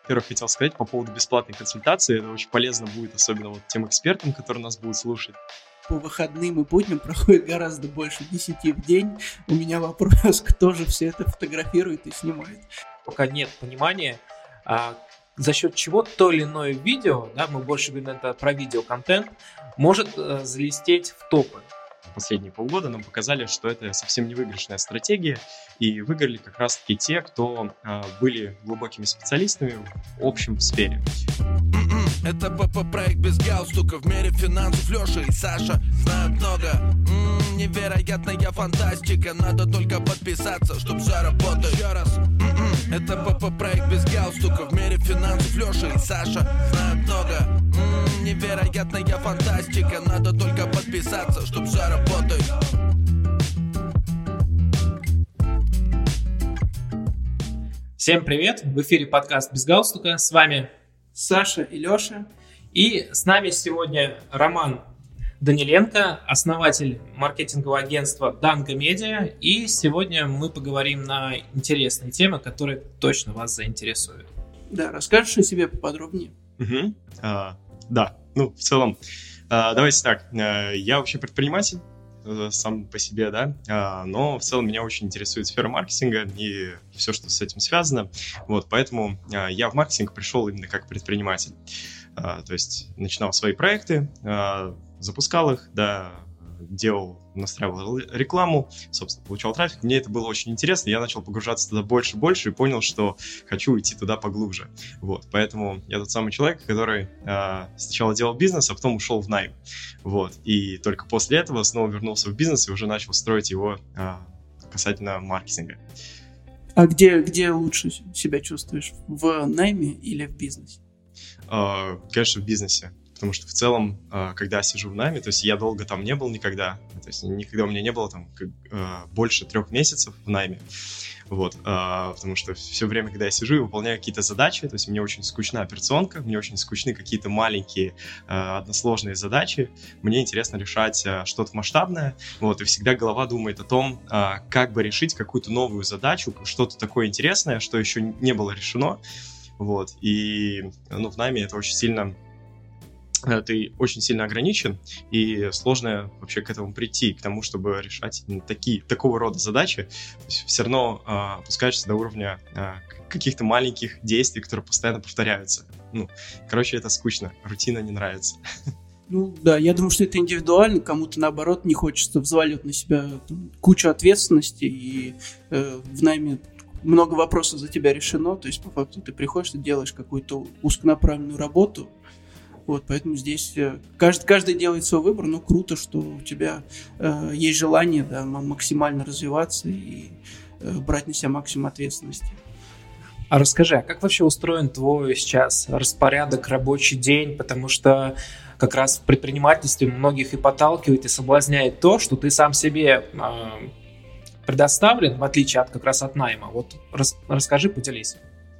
Во-первых, хотел сказать по поводу бесплатной консультации. Это очень полезно будет, особенно вот тем экспертам, которые нас будут слушать. По выходным и будням проходит гораздо больше 10 в день. У меня вопрос, кто же все это фотографирует и снимает? Пока нет понимания, за счет чего то или иное видео, да, мы больше говорим это про видеоконтент, может залететь в топы. Последние полгода нам показали, что это совсем не выигрышная стратегия, и выиграли как раз-таки те, кто были глубокими специалистами в общем сфере. Это ПП-проект без галстука. В мире финансов Леша и Саша знают много. Невероятная фантастика. Надо только подписаться, чтоб заработать. Еще раз. Это ПП-проект без галстука. В мире финансов Леша и Саша знают много. Невероятная фантастика. Надо только подписаться, чтоб заработать. Всем привет! В эфире подкаст «Без галстука». С вами Саша и Леша. И с нами сегодня Роман Даниленко, основатель маркетингового агентства Данго Медиа. И сегодня мы поговорим на интересные темы, которые точно вас заинтересуют. Да, расскажешь о себе поподробнее? Да, в целом, давайте так. Я вообще предприниматель сам по себе, да, но в целом меня очень интересует сфера маркетинга и все, что с этим связано, вот, поэтому я в маркетинг пришел именно как предприниматель, то есть начинал свои проекты, запускал их, да, настраивал рекламу, собственно, получал трафик, мне это было очень интересно, я начал погружаться туда больше и больше и понял, что хочу уйти туда поглубже, вот, поэтому я тот самый человек, который сначала делал бизнес, а потом ушел в найм, вот, и только после этого снова вернулся в бизнес и уже начал строить его касательно маркетинга. А где лучше себя чувствуешь, в найме или в бизнесе? Конечно, в бизнесе. Потому что в целом, когда сижу в найме, то есть я долго там не был никогда, то есть никогда у меня не было там больше 3 месяцев в найме, вот, потому что все время, когда я сижу и выполняю какие-то задачи, то есть мне очень скучна операционка, мне очень скучны какие-то маленькие односложные задачи, мне интересно решать что-то масштабное, вот, и всегда голова думает о том, как бы решить какую-то новую задачу, что-то такое интересное, что еще не было решено, вот, и, в найме это очень сильно... Ты очень сильно ограничен, и сложно вообще к этому прийти, к тому, чтобы решать такого рода задачи. То есть все равно опускаешься до уровня каких-то маленьких действий, которые постоянно повторяются. Это скучно, рутина не нравится. Да, я думаю, что это индивидуально, кому-то, наоборот, не хочется взваливать на себя кучу ответственности, и в найме много вопросов за тебя решено, то есть, по факту, ты приходишь, ты делаешь какую-то узконаправленную работу. Вот, поэтому здесь каждый делает свой выбор, но круто, что у тебя есть желание, да, максимально развиваться и брать на себя максимум ответственности. А расскажи, как вообще устроен твой сейчас распорядок, рабочий день? Потому что как раз в предпринимательстве многих и подталкивает, и соблазняет то, что ты сам себе предоставлен, в отличие как раз от найма. Вот расскажи, поделись.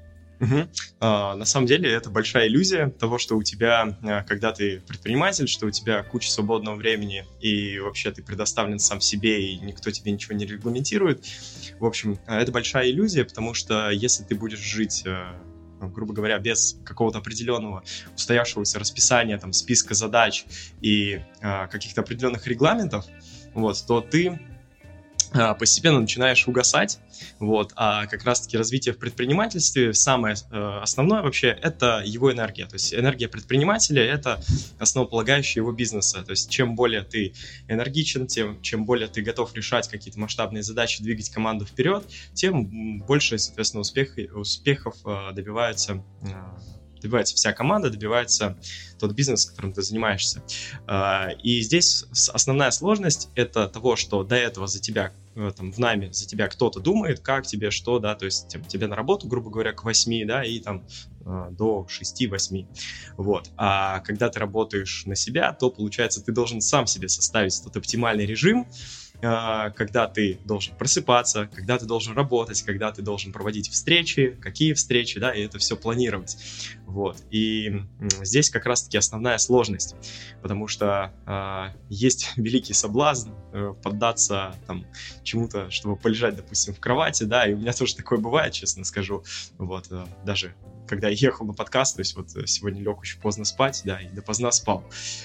На самом деле это большая иллюзия того, что у тебя, когда ты предприниматель, что у тебя куча свободного времени и вообще ты предоставлен сам себе и никто тебе ничего не регламентирует. В общем, это большая иллюзия, потому что если ты будешь жить, грубо говоря, без какого-то определенного устоявшегося расписания, там, списка задач и каких-то определенных регламентов, вот, то ты постепенно начинаешь угасать, вот, а как раз-таки развитие в предпринимательстве, самое основное вообще, это его энергия, то есть энергия предпринимателя — это основополагающая его бизнеса, то есть чем более ты энергичен, чем более ты готов решать какие-то масштабные задачи, двигать команду вперед, тем больше, соответственно, успехов добивается вся команда, добивается тот бизнес, которым ты занимаешься. И здесь основная сложность — это того, что до этого за тебя, в найме, за тебя кто-то думает, как тебе, что, да, то есть тебе на работу, грубо говоря, к 8, да, и там до 6-8, вот. А когда ты работаешь на себя, то, получается, ты должен сам себе составить тот оптимальный режим, когда ты должен просыпаться, когда ты должен работать, когда ты должен проводить встречи, какие встречи, да, и это все планировать. Вот. И здесь как раз-таки основная сложность, потому что есть великий соблазн поддаться там чему-то, чтобы полежать, допустим, в кровати, да, и у меня тоже такое бывает, честно скажу, вот, даже когда я ехал на подкаст, то есть вот сегодня лег очень поздно спать, да, и допоздна спал.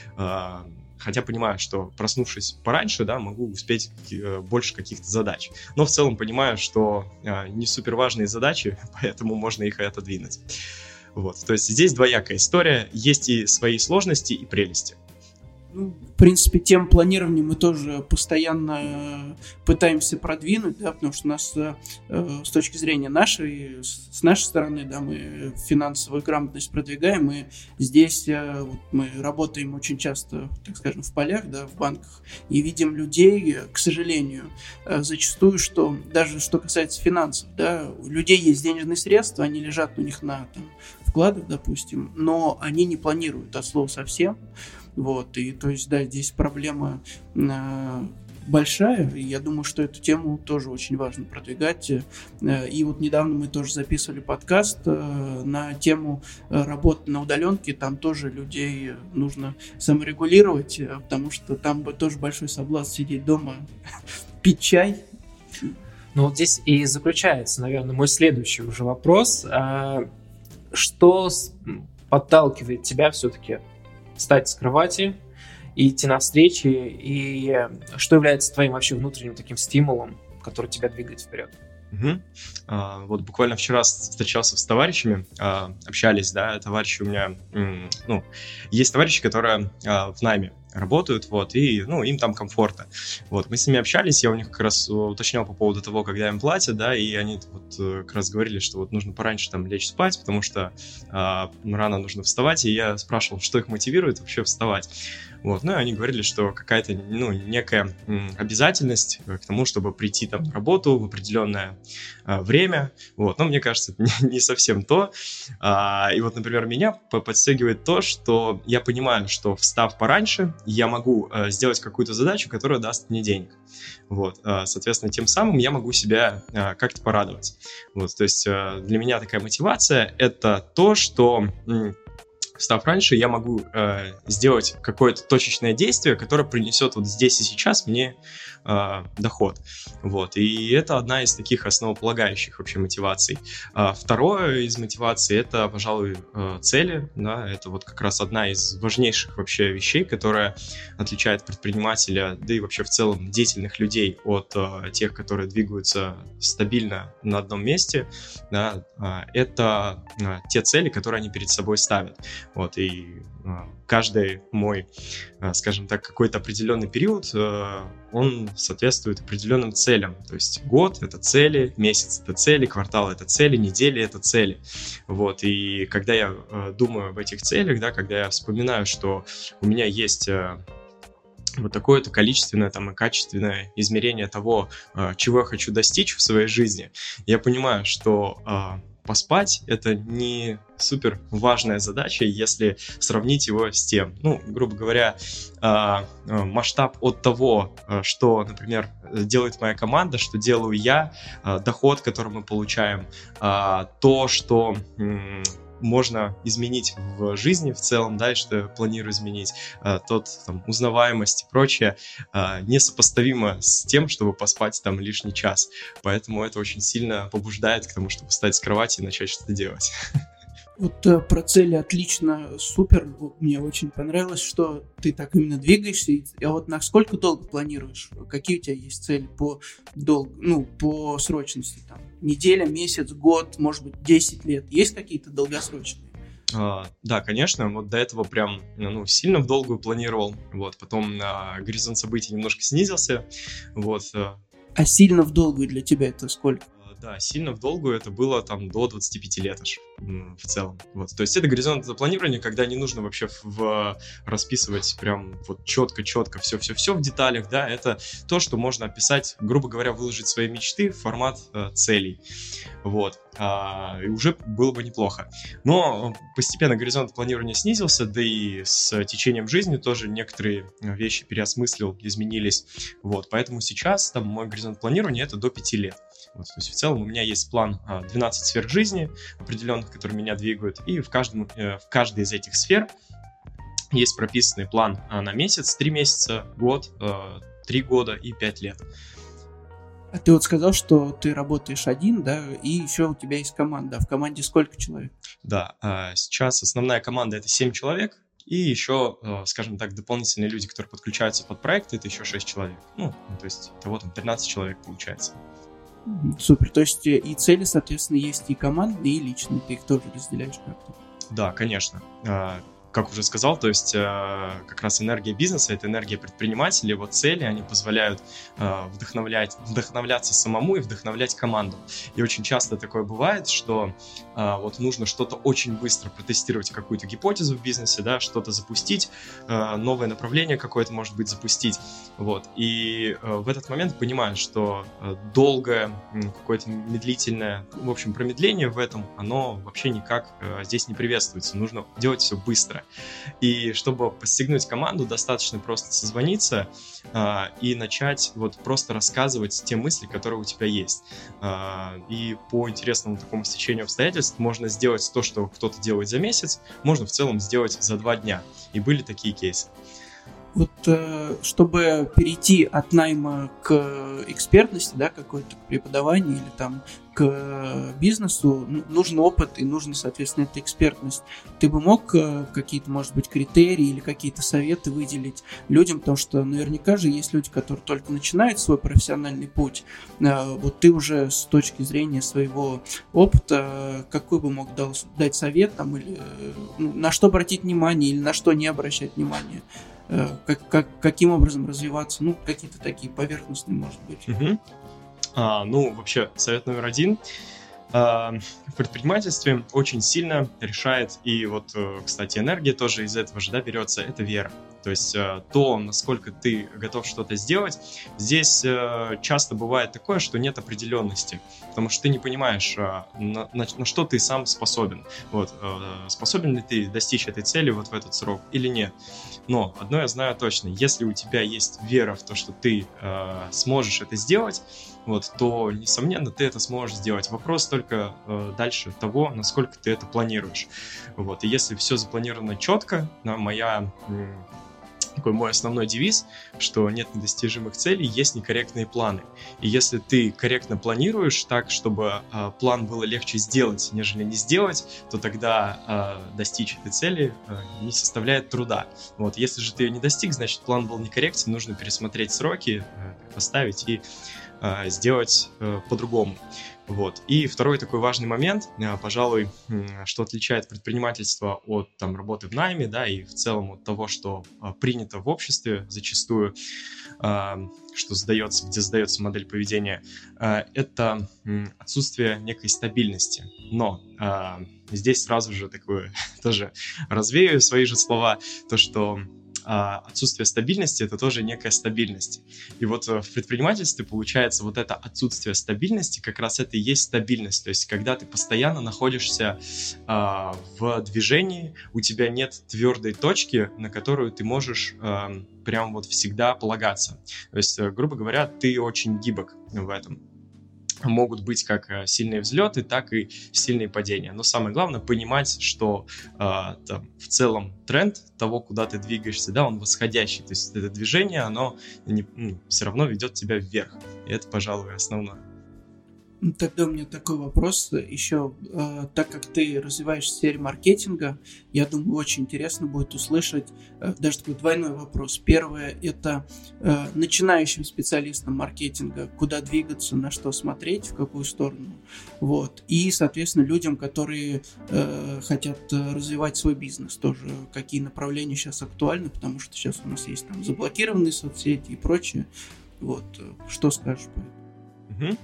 Хотя понимаю, что проснувшись пораньше, да, могу успеть больше каких-то задач. Но в целом понимаю, что не супер важные задачи, поэтому можно их и отодвинуть. Вот. То есть здесь двоякая история. Есть и свои сложности, и прелести. Ну, в принципе, тему планирования мы тоже постоянно пытаемся продвинуть, да, потому что у нас с точки зрения нашей, с нашей стороны, да, мы финансовую грамотность продвигаем, и здесь вот, мы работаем очень часто, так скажем, в полях, да, в банках, и видим людей, к сожалению, зачастую, что даже что касается финансов, да, у людей есть денежные средства, они лежат у них на там, вкладах, допустим, но они не планируют от слова совсем. Вот, и то есть, да, здесь проблема большая, и я думаю, что эту тему тоже очень важно продвигать. И вот недавно мы тоже записывали подкаст на тему работы на удаленке, там тоже людей нужно саморегулировать, потому что там тоже большой соблазн сидеть дома, пить чай. Ну вот здесь и заключается, наверное, мой следующий уже вопрос. Что подталкивает тебя все-таки встать с кровати и идти на встречи, и что является твоим вообще внутренним таким стимулом, который тебя двигает вперед? Вот буквально вчера встречался с товарищами, общались, да, товарищи у меня, ну, есть товарищи, которые в найме работают, вот, и, ну, им там комфортно. Вот, мы с ними общались, я у них как раз уточнял по поводу того, когда им платят, да, и они вот как раз говорили, что вот нужно пораньше там лечь спать, потому что рано нужно вставать, и я спрашивал, что их мотивирует вообще вставать. Вот, ну, и они говорили, что какая-то, ну, некая обязательность к тому, чтобы прийти там на работу в определенное время, вот, но мне кажется, это не совсем то. И вот, например, меня подстегивает то, что я понимаю, что встав пораньше, я могу сделать какую-то задачу, которая даст мне денег. Вот, соответственно, тем самым я могу себя как-то порадовать. Вот, то есть для меня такая мотивация — это то, что встав раньше, я могу сделать какое-то точечное действие, которое принесет вот здесь и сейчас мне доход. Вот. И это одна из таких основополагающих вообще мотиваций. Второе из мотиваций — это, пожалуй, цели. Да? Это вот как раз одна из важнейших вообще вещей, которая отличает предпринимателя, да и вообще в целом деятельных людей от тех, которые двигаются стабильно на одном месте. Да? Это те цели, которые они перед собой ставят. Вот, и каждый мой, скажем так, какой-то определенный период, он соответствует определенным целям. То есть год — это цели, месяц — это цели, квартал — это цели, недели — это цели. Вот, и когда я думаю об этих целях, да, когда я вспоминаю, что у меня есть вот такое-то количественное там, и качественное измерение того, чего я хочу достичь в своей жизни, я понимаю, что поспать — это не супер важная задача, если сравнить его с тем. Ну, грубо говоря, масштаб от того, что, например, делает моя команда, что делаю я, доход, который мы получаем, то, что можно изменить в жизни в целом, да, и что я планирую изменить, там, узнаваемость и прочее, несопоставимо с тем, чтобы поспать там лишний час. Поэтому это очень сильно побуждает к тому, чтобы встать с кровати и начать что-то делать. Вот про цели отлично, супер. Мне очень понравилось, что ты так именно двигаешься. А вот насколько долго планируешь? Какие у тебя есть цели по срочности? Там, неделя, месяц, год, может быть, 10 лет? Есть какие-то долгосрочные? Да, конечно. Вот до этого прям сильно в долгую планировал. Вот, потом горизонт событий немножко снизился. Вот. А сильно в долгую для тебя это сколько? Да, сильно в долгую это было там до 25 лет аж в целом. Вот. То есть это горизонт планирования, когда не нужно вообще расписывать прям вот четко все в деталях, да, это то, что можно описать, грубо говоря, выложить свои мечты в формат целей. Вот. И уже было бы неплохо. Но постепенно горизонт планирования снизился, да и с течением жизни тоже некоторые вещи переосмыслил, изменились. Вот. Поэтому сейчас там мой горизонт планирования это до 5 лет. Вот, то есть в целом у меня есть план 12 сфер жизни определенных, которые меня двигают, и в каждой из этих сфер есть прописанный план на месяц, 3 месяца, год, 3 года и 5 лет. А ты вот сказал, что ты работаешь один, да, и еще у тебя есть команда. А в команде сколько человек? Да, сейчас основная команда это 7 человек, и еще, скажем так, дополнительные люди, которые подключаются под проект, это еще 6 человек. Ну, то есть того там 13 человек получается. Супер, то есть и цели, соответственно, есть и командные, и личные, ты их тоже разделяешь как-то? Да, конечно. Как уже сказал, то есть как раз энергия бизнеса — это энергия предпринимателей, вот цели, они позволяют вдохновляться самому и вдохновлять команду. И очень часто такое бывает, что вот нужно что-то очень быстро протестировать, какую-то гипотезу в бизнесе, да, что-то запустить, новое направление какое-то, может быть, запустить, вот. И в этот момент понимаешь, что долгое, какое-то медлительное, в общем, промедление в этом, оно вообще никак здесь не приветствуется, нужно делать все быстро. И чтобы подстегнуть команду, достаточно просто созвониться и начать вот просто рассказывать те мысли, которые у тебя есть. И по интересному такому стечению обстоятельств можно сделать то, что кто-то делает за месяц, можно в целом сделать за 2 дня. И были такие кейсы. Вот чтобы перейти от найма к экспертности, да, какой-то к преподаванию или там к бизнесу, нужен опыт и нужна, соответственно, эта экспертность. Ты бы мог какие-то, может быть, критерии или какие-то советы выделить людям, потому что наверняка же есть люди, которые только начинают свой профессиональный путь. Вот ты уже с точки зрения своего опыта, какой бы мог дать совет там, или на что обратить внимание или на что не обращать внимания? Каким образом развиваться, какие-то такие поверхностные, может быть. Вообще, совет номер 1. В предпринимательстве очень сильно решает, и вот, кстати, энергия тоже из этого же, да, берется, это вера. То есть то, насколько ты готов что-то сделать, здесь часто бывает такое, что нет определенности, потому что ты не понимаешь, на что ты сам способен. Вот, способен ли ты достичь этой цели вот в этот срок или нет. Но одно я знаю точно, если у тебя есть вера в то, что ты сможешь это сделать, вот, то, несомненно, ты это сможешь сделать. Вопрос только дальше того, насколько ты это планируешь. Вот, и если все запланировано четко, такой мой основной девиз, что нет недостижимых целей, есть некорректные планы. И если ты корректно планируешь так, чтобы план было легче сделать, нежели не сделать, то тогда достичь этой цели не составляет труда. Вот. Если же ты ее не достиг, значит план был некорректен, нужно пересмотреть сроки, поставить и сделать по-другому. Вот. И второй такой важный момент, пожалуй, что отличает предпринимательство от работы в найме, да, и в целом от того, что принято в обществе зачастую, что где задается модель поведения, это отсутствие некой стабильности. Но здесь сразу же такое тоже развею свои же слова, то, что отсутствие стабильности — это тоже некая стабильность. И вот в предпринимательстве получается вот это отсутствие стабильности, как раз это и есть стабильность. То есть когда ты постоянно находишься в движении, у тебя нет твердой точки, на которую ты можешь прям вот всегда полагаться. То есть, грубо говоря, ты очень гибок в этом. Могут быть как сильные взлеты, так и сильные падения. Но самое главное понимать, что в целом тренд того, куда ты двигаешься, да, он восходящий. То есть это движение, оно все равно ведет тебя вверх. И это, пожалуй, основное. Тогда у меня такой вопрос еще, так как ты развиваешься в сфере маркетинга, я думаю, очень интересно будет услышать даже такой двойной вопрос. Первое – это начинающим специалистам маркетинга, куда двигаться, на что смотреть, в какую сторону. Вот. И, соответственно, людям, которые хотят развивать свой бизнес, тоже какие направления сейчас актуальны, потому что сейчас у нас есть там заблокированные соцсети и прочее. Вот. Что скажешь по этому?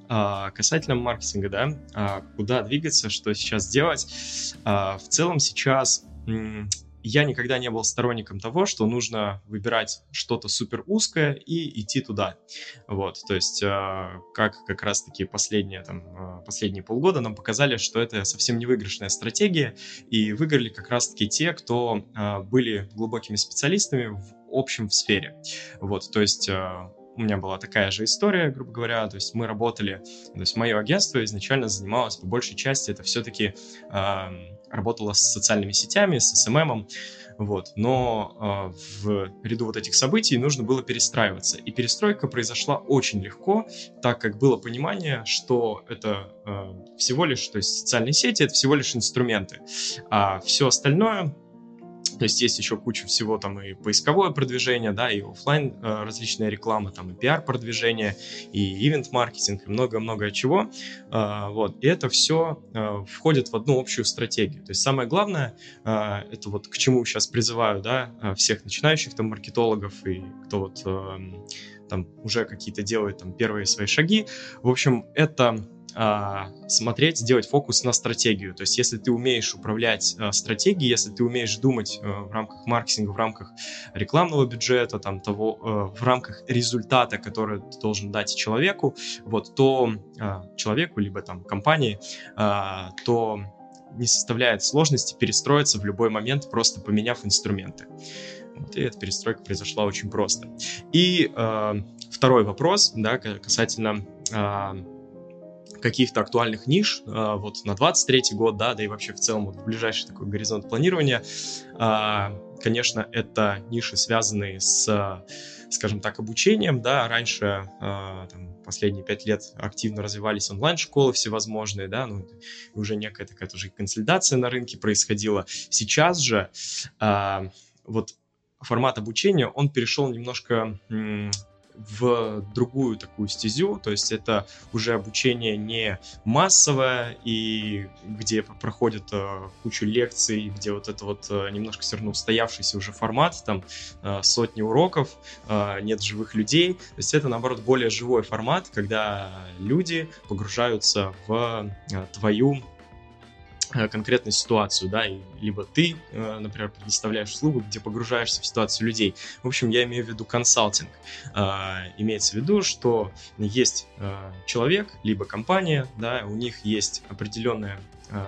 Касательно маркетинга, да, куда двигаться, что сейчас делать, в целом сейчас я никогда не был сторонником того, что нужно выбирать что-то супер узкое и идти туда. Вот, то есть как раз-таки последние полгода нам показали, что это совсем не выигрышная стратегия, и выиграли как раз-таки те, кто были глубокими специалистами в общем в сфере. Вот, то есть у меня была такая же история, грубо говоря, то есть мы работали, то есть мое агентство изначально занималось, по большей части, это все-таки работало с социальными сетями, с SMM, вот, но в ряду вот этих событий нужно было перестраиваться, и перестройка произошла очень легко, так как было понимание, что это всего лишь, то есть социальные сети, это всего лишь инструменты, а все остальное... То есть есть еще куча всего, там и поисковое продвижение, да, и офлайн различная реклама, там и пиар-продвижение, и ивент-маркетинг, и много-много чего. Вот, и это все входит в одну общую стратегию. То есть самое главное, это вот к чему сейчас призываю, да, всех начинающих там маркетологов и кто вот там уже какие-то делает там первые свои шаги. В общем, это... смотреть, делать фокус на стратегию. То есть, если ты умеешь управлять стратегией, если ты умеешь думать в рамках маркетинга, в рамках рекламного бюджета, там, в рамках результата, который ты должен дать человеку, вот, то человеку, либо там компании, то не составляет сложности перестроиться в любой момент, просто поменяв инструменты. Вот, и эта перестройка произошла очень просто. И второй вопрос, да, касательно каких-то актуальных ниш вот на 23-й год, да и вообще в целом вот в ближайший такой горизонт планирования, конечно, это ниши, связанные с, скажем так, обучением, да, раньше, там, последние 5 лет активно развивались онлайн-школы всевозможные, да, ну, уже некая такая тоже консолидация на рынке происходила. Сейчас же вот формат обучения, он перешел немножко... в другую такую стезю, то есть это уже обучение не массовое, и где проходят кучу лекций, где вот это вот немножко все равно устоявшийся уже формат, там сотни уроков, нет живых людей, то есть это, наоборот, более живой формат, когда люди погружаются в твою конкретную ситуацию, да, и либо ты, например, предоставляешь услугу, где погружаешься в ситуацию людей. В общем, я имею в виду консалтинг. Имеется в виду, что есть человек, либо компания, да, у них есть определенная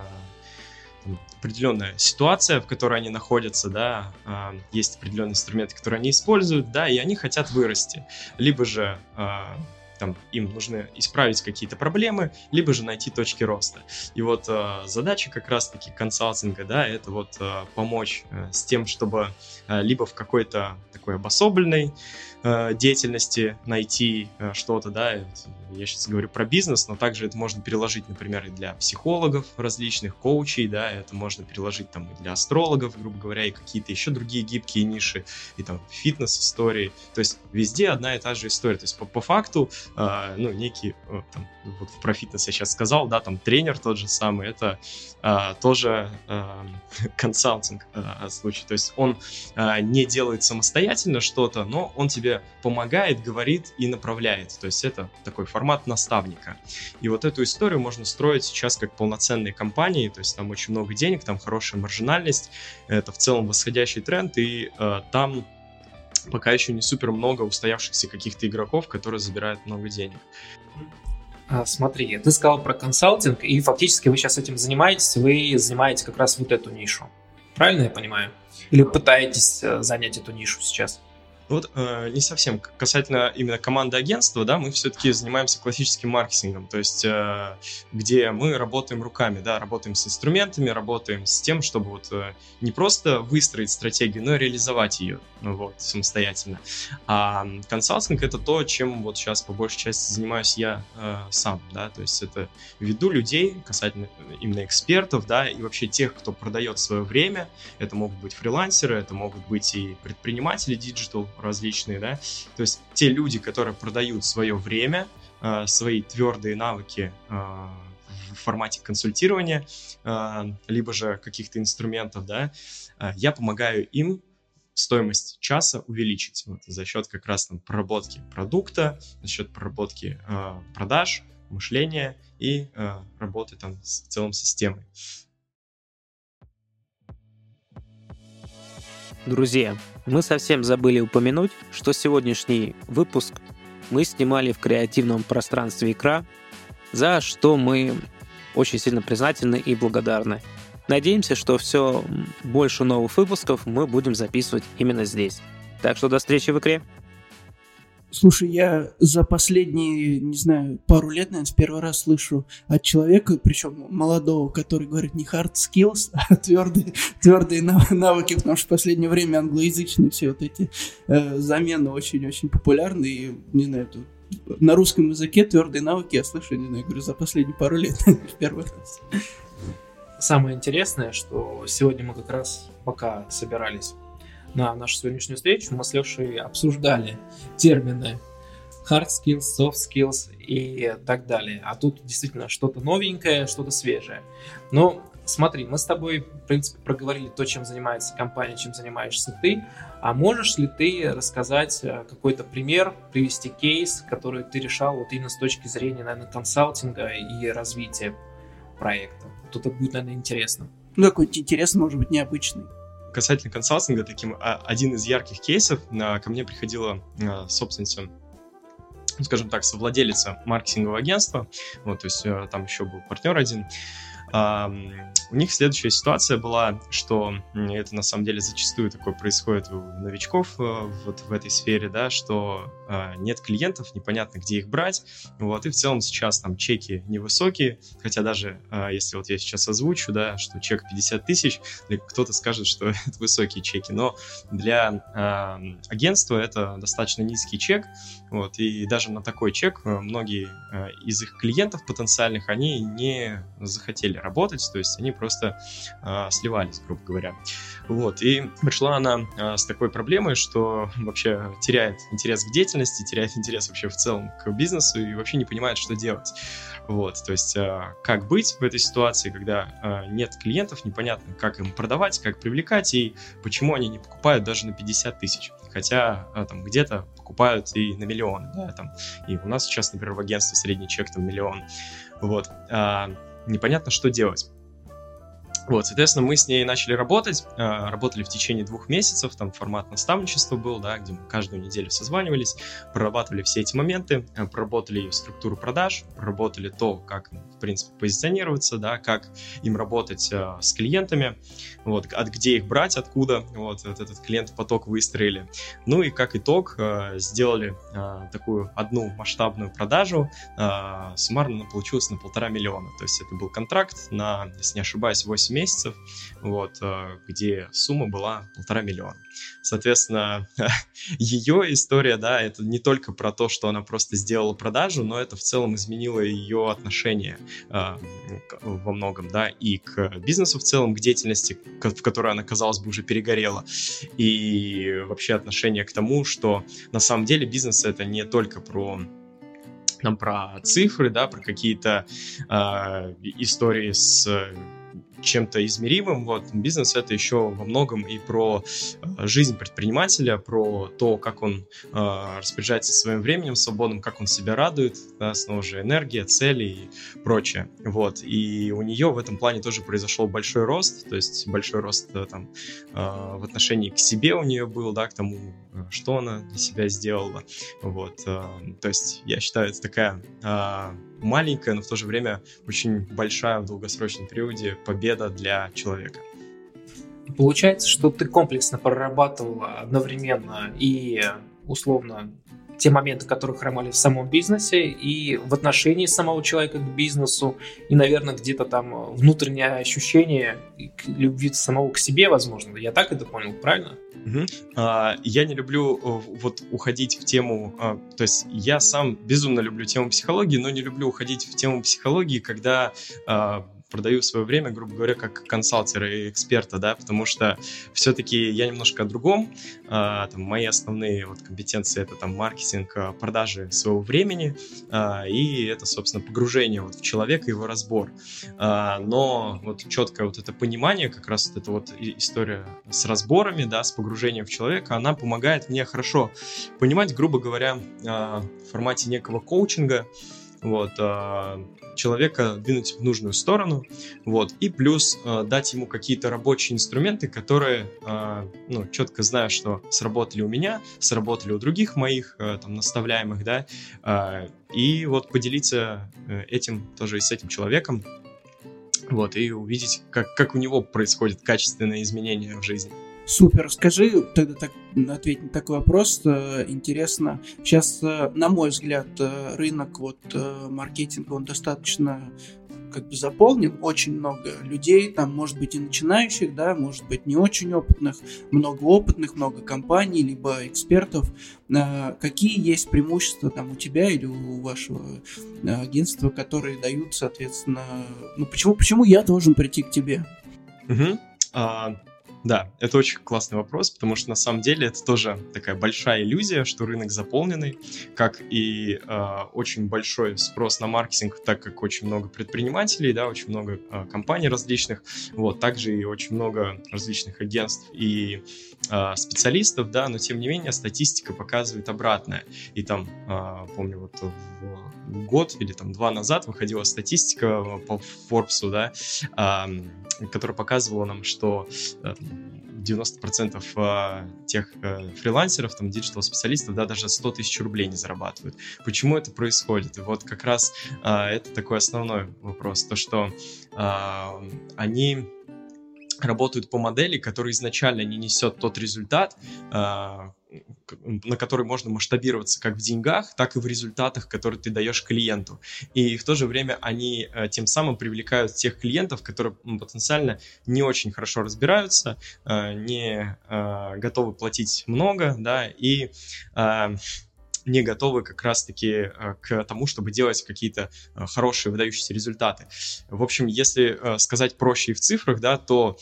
ситуация, в которой они находятся, да, есть определенные инструменты, которые они используют, да, и они хотят вырасти. Либо же там, им нужно исправить какие-то проблемы, либо же найти точки роста. И вот задача как раз-таки консалтинга, да, это вот помочь с тем, чтобы либо в какой-то такой обособленной деятельности найти что-то, да, я сейчас говорю про бизнес, но также это можно переложить, например, и для психологов различных, коучей, да, это можно переложить там и для астрологов, грубо говоря, и какие-то еще другие гибкие ниши, и там фитнес-истории, то есть везде одна и та же история, то есть по факту, ну, некий, там, вот про фитнес я сейчас сказал, да, там тренер тот же самый, это тоже консалтинг случай, то есть он не делает самостоятельно что-то, но он тебе помогает, говорит и направляет, то есть это такой формат наставника. И вот эту историю можно строить сейчас как полноценные компании, то есть там очень много денег, там хорошая маржинальность, это в целом восходящий тренд, и там пока еще не супер много устоявшихся каких-то игроков, которые забирают много денег. Смотри, ты сказал про консалтинг, и фактически вы сейчас этим занимаетесь, вы занимаете как раз вот эту нишу. Правильно я понимаю? Или пытаетесь занять эту нишу сейчас? Вот не совсем. Касательно именно команды агентства, да, мы все-таки занимаемся классическим маркетингом, то есть где мы работаем руками, да, работаем с инструментами, работаем с тем, чтобы вот не просто выстроить стратегию, но и реализовать ее, ну, вот, самостоятельно. А консалтинг — это то, чем вот сейчас по большей части занимаюсь я сам, да, то есть это веду людей касательно именно экспертов, да, и вообще тех, кто продает свое время, это могут быть фрилансеры, это могут быть и предприниматели диджитал, различные, да, то есть те люди, которые продают свое время, свои твердые навыки в формате консультирования, либо же каких-то инструментов, да, я помогаю им стоимость часа увеличить вот, за счет как раз там проработки продукта, за счет проработки продаж, мышления и работы там в целом системой. Друзья, мы совсем забыли упомянуть, что сегодняшний выпуск мы снимали в креативном пространстве «Икра», за что мы очень сильно признательны и благодарны. Надеемся, что все больше новых выпусков мы будем записывать именно здесь. Так что до встречи в «Икре». Слушай, я за последние, не знаю, пару лет, наверное, в первый раз слышу от человека, причем молодого, который говорит не hard skills, а твердые навыки, потому что в последнее время англоязычные все вот эти замены очень-очень популярны, и, не знаю, на русском языке твердые навыки я слышу, не знаю, говорю, за последние пару лет в первый раз. Самое интересное, что сегодня мы как раз, пока собирались на нашу сегодняшнюю встречу, мы с Лешей обсуждали термины hard skills, soft skills и так далее. А тут действительно что-то новенькое, что-то свежее. Но смотри, мы с тобой, в принципе, проговорили то, чем занимается компания, чем занимаешься ты. А можешь ли ты рассказать какой-то пример, привести кейс, который ты решал вот именно с точки зрения, наверное, консалтинга и развития проекта? Вот это будет, наверное, интересно. Ну, какой-нибудь интересный, может быть, необычный. Касательно консалтинга, один из ярких кейсов, ко мне приходила собственница, скажем так, совладелица маркетингового агентства, вот, то есть там еще был партнер один. У них следующая ситуация была, что это на самом деле зачастую такое происходит у новичков вот в этой сфере, да, что нет клиентов, непонятно, где их брать, вот, и в целом сейчас там чеки невысокие, хотя даже если вот я сейчас озвучу, да, что чек 50 тысяч, кто-то скажет, что это высокие чеки, но для агентства это достаточно низкий чек, вот, и даже на такой чек многие из их клиентов потенциальных, они не захотели работать, то есть они просто сливались, грубо говоря. Вот, и пришла она с такой проблемой, что вообще теряет интерес к деятельности, теряет интерес вообще в целом к бизнесу и вообще не понимает, что делать. Вот, то есть как быть в этой ситуации, когда нет клиентов, непонятно, как им продавать, как привлекать и почему они не покупают даже на 50 тысяч, хотя там где-то покупают и на миллион, да, там, и у нас сейчас, например, в агентстве средний чек там 1 миллион, вот, непонятно, что делать. Вот, соответственно, мы с ней начали работать, работали в течение 2 месяцев, там формат наставничества был, да, где мы каждую неделю созванивались, прорабатывали все эти моменты, проработали ее структуру продаж, проработали то, как, в принципе, позиционироваться, да, как им работать с клиентами, вот, где их брать, откуда, вот этот клиент-поток выстроили. Ну и как итог сделали такую одну масштабную продажу, суммарно получилось на 1,5 миллиона, то есть это был контракт на, если не ошибаюсь, 8 месяцев, вот, где сумма была 1,5 миллиона. Соответственно, ее история, да, это не только про то, что она просто сделала продажу, но это в целом изменило ее отношение во многом, да, и к бизнесу в целом, к деятельности, в которой она, казалось бы, уже перегорела, и вообще отношение к тому, что на самом деле бизнес — это не только про цифры, да, про какие-то истории с чем-то измеримым, вот, бизнес — это еще во многом и про жизнь предпринимателя, про то, как он распоряжается своим временем свободным, как он себя радует, да, снова же энергия, цели и прочее, вот, и у нее в этом плане тоже произошел большой рост, то есть большой рост там в отношении к себе у нее был, да, к тому, что она для себя сделала, вот, то есть я считаю, это такая маленькая, но в то же время очень большая в долгосрочном периоде победа для человека. Получается, что ты комплексно прорабатывал одновременно и условно те моменты, которые хромали в самом бизнесе, и в отношении самого человека к бизнесу, и, наверное, где-то там внутреннее ощущение любви самого к себе, возможно. Я так это понял, правильно? Я не люблю вот уходить в тему, то есть я сам безумно люблю тему психологии, но не люблю уходить в тему психологии, когда продаю свое время, грубо говоря, как консалтера и эксперта, да, потому что все-таки я немножко о другом, там, мои основные вот компетенции — это там маркетинг, продажи своего времени, и это, собственно, погружение вот в человека, его разбор, но вот четкое вот это понимание, как раз вот эта вот история с разборами, да, с погружением в человека, она помогает мне хорошо понимать, грубо говоря, в формате некого коучинга, вот, человека двинуть в нужную сторону, вот, и плюс дать ему какие-то рабочие инструменты, которые, ну, четко знаю, что сработали у меня, сработали у других моих, там, наставляемых, да, и вот поделиться этим тоже и с этим человеком, вот, и увидеть, как у него происходит качественное изменение в жизни. Супер. Скажи, тогда ответь на такой вопрос. Интересно. Сейчас, на мой взгляд, рынок маркетинга, он достаточно как бы заполнен, очень много людей, там может быть и начинающих, да, может быть не очень опытных, много компаний, либо экспертов. Какие есть преимущества там у тебя или у вашего агентства, которые дают, соответственно, ну почему я должен прийти к тебе? Да, это очень классный вопрос, потому что на самом деле это тоже такая большая иллюзия, что рынок заполненный, как и очень большой спрос на маркетинг, так как очень много предпринимателей, да, очень много компаний различных, вот, также и очень много различных агентств и специалистов, да, но тем не менее статистика показывает обратное. И там, помню, вот в год или там 2 назад выходила статистика по Forbes, да, которая показывала нам, что 90% тех фрилансеров, там, диджитал-специалистов, да, даже 100 тысяч рублей не зарабатывают. Почему это происходит? И вот как раз это такой основной вопрос, то, что они работают по модели, которая изначально не несет тот результат, на который можно масштабироваться как в деньгах, так и в результатах, которые ты даешь клиенту. И в то же время они тем самым привлекают тех клиентов, которые потенциально не очень хорошо разбираются, не готовы платить много, да, и не готовы как раз-таки к тому, чтобы делать какие-то хорошие, выдающиеся результаты. В общем, если сказать проще и в цифрах, да, то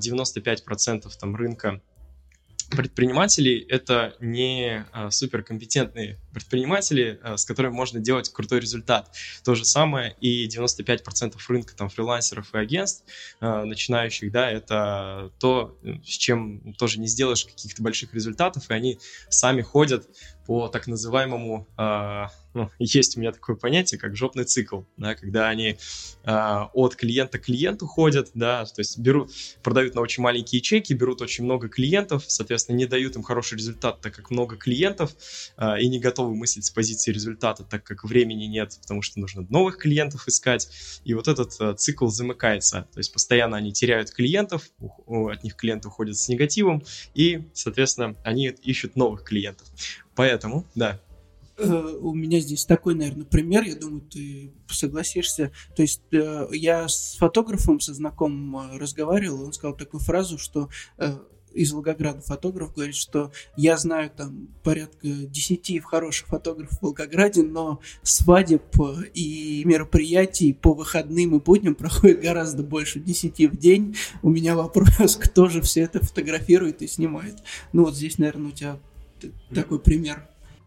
95% там рынка предпринимателей — это не суперкомпетентные предприниматели, с которыми можно делать крутой результат. То же самое и 95% рынка там фрилансеров и агентств начинающих, да, это то, с чем тоже не сделаешь каких-то больших результатов, и они сами ходят по так называемому, есть у меня такое понятие, как жопный цикл, да, когда они от клиента к клиенту ходят, да, то есть продают на очень маленькие чеки, берут очень много клиентов, соответственно, не дают им хороший результат, так как много клиентов, и не готовы мыслить с позиции результата, так как времени нет, потому что нужно новых клиентов искать, и вот этот цикл замыкается, то есть постоянно они теряют клиентов, от них клиенты уходят с негативом, и, соответственно, они ищут новых клиентов. Поэтому, да. У меня здесь такой, наверное, пример, я думаю, ты согласишься. То есть я с фотографом, со знакомым разговаривал, он сказал такую фразу, что из Волгограда фотограф говорит, что я знаю там порядка 10 хороших фотографов в Волгограде, но свадеб и мероприятий по выходным и будням проходит гораздо больше 10 в день. У меня вопрос, кто же все это фотографирует и снимает. Ну вот здесь, наверное, у тебя такой пример.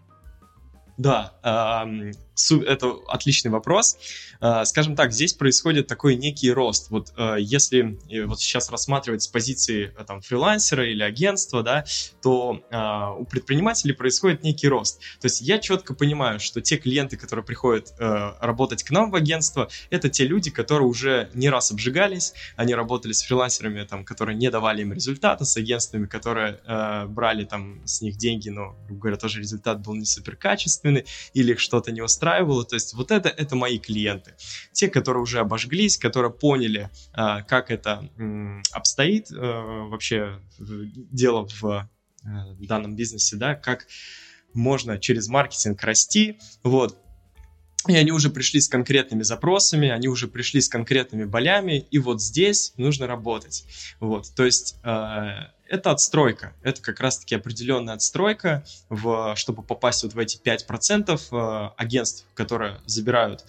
Да, это отличный вопрос. Скажем так, здесь происходит такой некий рост. Вот если вот сейчас рассматривать с позиции там, фрилансера или агентства, да, то у предпринимателей происходит некий рост. То есть я четко понимаю, что те клиенты, которые приходят работать к нам в агентство, это те люди, которые уже не раз обжигались, они работали с фрилансерами, там, которые не давали им результата, с агентствами, которые брали там, с них деньги, но, грубо говоря, тоже результат был не суперкачественный, или их что-то не устраивало. То есть вот это мои клиенты. Те, которые уже обожглись, которые поняли, как это обстоит вообще дело в данном бизнесе, да, как можно через маркетинг расти, вот. И они уже пришли с конкретными запросами, они уже пришли с конкретными болями, и вот здесь нужно работать. Вот, то есть это отстройка, это как раз-таки определенная отстройка, чтобы попасть вот в эти 5% агентств, которые забирают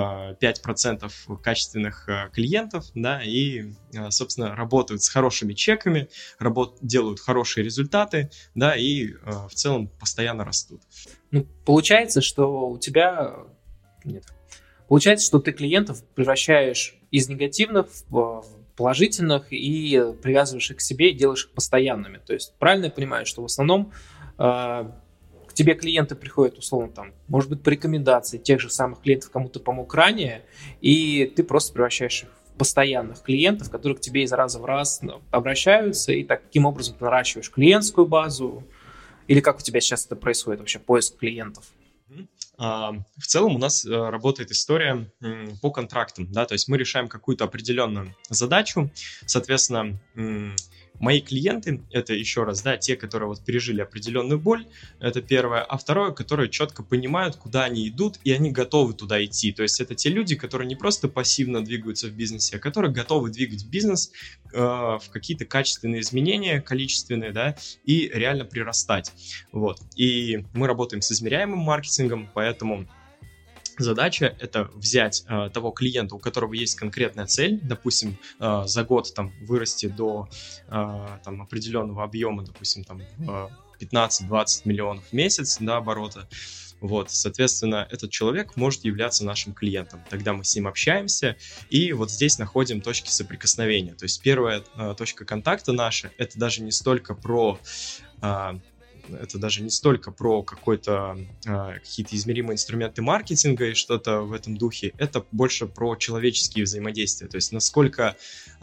5% качественных клиентов, да, и, собственно, работают с хорошими чеками, делают хорошие результаты, да, и в целом постоянно растут. Ну, получается, что у тебя... Нет. Получается, что ты клиентов превращаешь из негативных в положительных и привязываешь их к себе и делаешь их постоянными. То есть правильно я понимаю, что в основном к тебе клиенты приходят, условно, там, может быть, по рекомендации тех же самых клиентов, кому ты помог ранее, и ты просто превращаешь их в постоянных клиентов, которые к тебе из раза в раз обращаются, и таким образом ты наращиваешь клиентскую базу, или как у тебя сейчас это происходит вообще, поиск клиентов? В целом у нас работает история по контрактам, да, то есть мы решаем какую-то определенную задачу, соответственно, мои клиенты, это еще раз, да, те, которые вот пережили определенную боль, это первое, а второе, которые четко понимают, куда они идут, и они готовы туда идти, то есть это те люди, которые не просто пассивно двигаются в бизнесе, а которые готовы двигать бизнес в какие-то качественные изменения, количественные, да, и реально прирастать, вот, и мы работаем с измеряемым маркетингом, поэтому задача — это взять того клиента, у которого есть конкретная цель, допустим, за год там вырасти до там определенного объема, допустим, там 15-20 миллионов в месяц, да, оборота. Вот, соответственно, этот человек может являться нашим клиентом. Тогда мы с ним общаемся, и вот здесь находим точки соприкосновения. То есть первая точка контакта наша — это даже не столько про какой-то какие-то измеримые инструменты маркетинга и что-то в этом духе. Это больше про человеческие взаимодействия. То есть насколько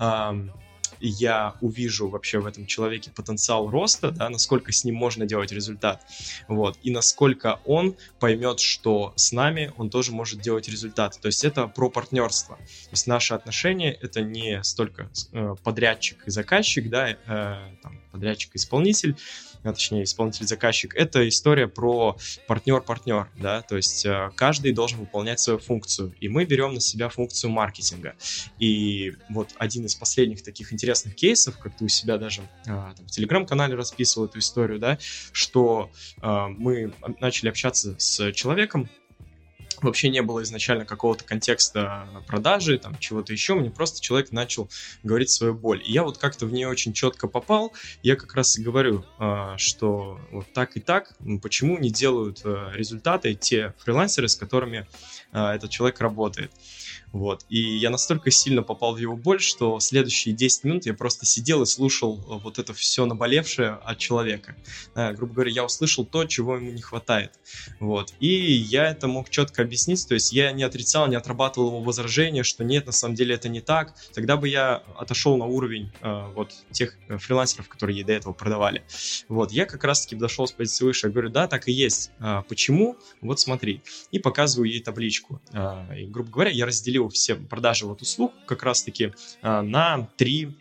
я увижу вообще в этом человеке потенциал роста, да, насколько с ним можно делать результат, вот, и насколько он поймет, что с нами он тоже может делать результат. То есть это про партнерство. То есть наши отношения — это не столько подрядчик и заказчик, да, там, подрядчик и исполнитель, точнее, исполнитель-заказчик, это история про партнер-партнер, да, то есть каждый должен выполнять свою функцию, и мы берем на себя функцию маркетинга. И вот один из последних таких интересных кейсов, как ты у себя даже там, в Телеграм-канале расписывал эту историю, да, что мы начали общаться с человеком, вообще не было изначально какого-то контекста продажи, там, чего-то еще, мне просто человек начал говорить свою боль. И я вот как-то в нее очень четко попал, я как раз и говорю, что вот так и так, почему не делают результаты те фрилансеры, с которыми этот человек работает. Вот. И я настолько сильно попал в его боль, что следующие 10 минут я просто сидел и слушал вот это все наболевшее от человека. Грубо говоря, я услышал то, чего ему не хватает. Вот. И я это мог четко объяснить, то есть я не отрицал, не отрабатывал его возражения, что нет, на самом деле это не так. Тогда бы я отошел на уровень вот тех фрилансеров, которые до этого продавали. Вот. Я как раз-таки дошел с позиции выше, я говорю, да, так и есть. Почему? Вот смотри. И показываю ей табличку. И, грубо говоря, я разделил все продажи вот услуг как раз-таки на три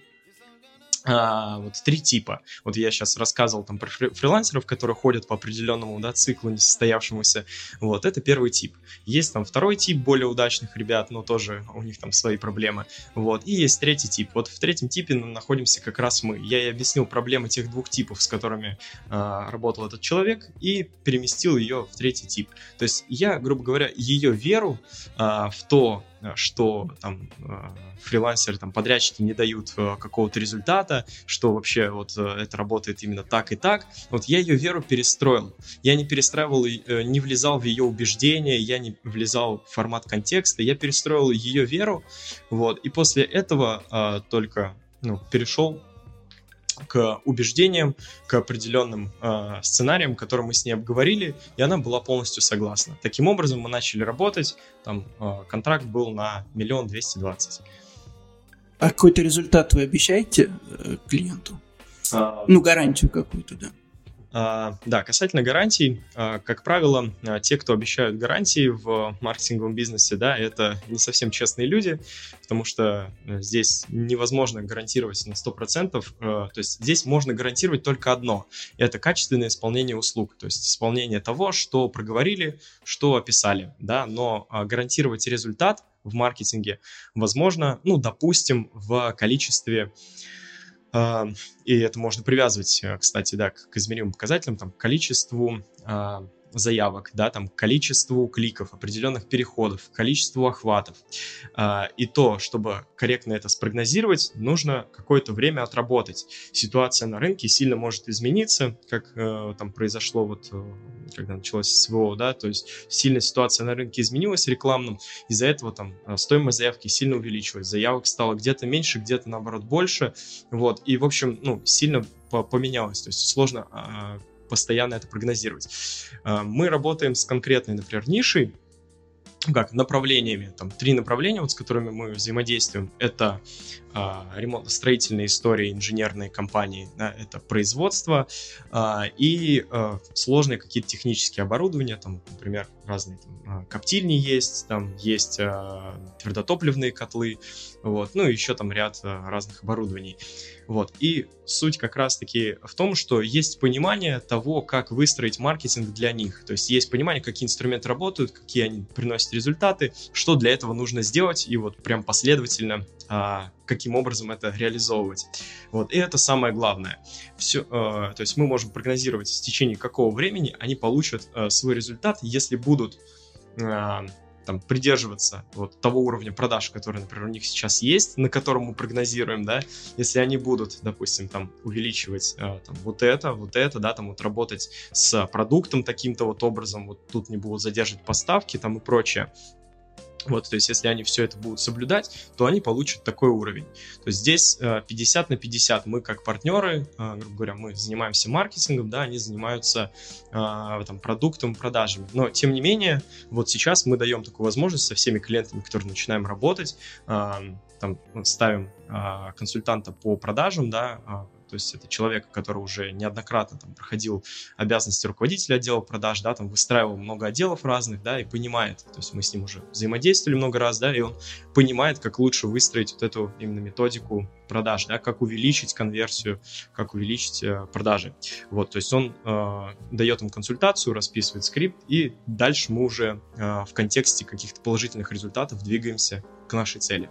типа. Вот я сейчас рассказывал там про фрилансеров, которые ходят по определенному, да, циклу несостоявшемуся. Вот, это первый тип. Есть там второй тип более удачных ребят, но тоже у них там свои проблемы. Вот, и есть третий тип. Вот в третьем типе находимся как раз мы. Я и объяснил проблемы тех двух типов, с которыми работал этот человек, и переместил ее в третий тип. То есть я, грубо говоря, ее веру в то, что там фрилансеры, там подрядчики не дают какого-то результата, что вообще вот это работает именно так и так. Вот я ее веру перестроил. Я не перестраивал, не влезал в ее убеждения, я не влезал в формат контекста, я перестроил ее веру, вот, и после этого только перешел к убеждениям, к определенным сценариям, которые мы с ней обговорили, и она была полностью согласна. Таким образом, мы начали работать, там контракт был на 1 220 000. А какой-то результат вы обещаете клиенту? Гарантию какую-то, да. Да, касательно гарантий, как правило, те, кто обещают гарантии в маркетинговом бизнесе, да, это не совсем честные люди, потому что здесь невозможно гарантировать на 100%, то есть здесь можно гарантировать только одно, это качественное исполнение услуг, то есть исполнение того, что проговорили, что описали, да, но гарантировать результат в маркетинге возможно, допустим, в количестве. И это можно привязывать, кстати, да, к измеримым показателям, там, к количеству заявок, да, там, к количеству кликов, определенных переходов, к количеству охватов. И то, чтобы корректно это спрогнозировать, нужно какое-то время отработать. Ситуация на рынке сильно может измениться, как там произошло вот, когда началось СВО, да, то есть сильно ситуация на рынке изменилась рекламным, из-за этого там стоимость заявки сильно увеличилась, заявок стало где-то меньше, где-то наоборот больше, вот, и в общем, сильно поменялось, то есть сложно постоянно это прогнозировать. Мы работаем с конкретной, например, нишей, направлениями, там 3 направления, вот, с которыми мы взаимодействуем. Это ремонтно-строительные истории, инженерные компании, да, это производство и сложные какие-то технические оборудования, там, например, разные коптильни есть, там есть твердотопливные котлы, вот, ну и еще там ряд разных оборудований. Вот. И суть как раз-таки в том, что есть понимание того, как выстроить маркетинг для них. То есть есть понимание, какие инструменты работают, какие они приносят результаты, что для этого нужно сделать, и вот прям последовательно каким образом это реализовывать. Вот. И это самое главное. Все, то есть мы можем прогнозировать, в течение какого времени они получат свой результат, если будут там, придерживаться вот того уровня продаж, который, например, у них сейчас есть, на котором мы прогнозируем, да, если они будут, допустим, там, увеличивать там, вот это, да, там, вот работать с продуктом таким-то вот образом, вот тут не будут задерживать поставки там и прочее. Вот, то есть, если они все это будут соблюдать, то они получат такой уровень. То есть, здесь 50 на 50. Мы как партнеры, грубо говоря, мы занимаемся маркетингом, да, они занимаются там, продуктом, продажами. Но, тем не менее, вот сейчас мы даем такую возможность со всеми клиентами, которые начинаем работать, там, ставим консультанта по продажам, да, то есть это человек, который уже неоднократно там проходил обязанности руководителя отдела продаж, да, там выстраивал много отделов разных, да, и понимает, то есть мы с ним уже взаимодействовали много раз, да, и он понимает, как лучше выстроить вот эту именно методику продаж, да, как увеличить конверсию, как увеличить продажи. Вот, то есть он дает им консультацию, расписывает скрипт, и дальше мы уже в контексте каких-то положительных результатов двигаемся к нашей цели.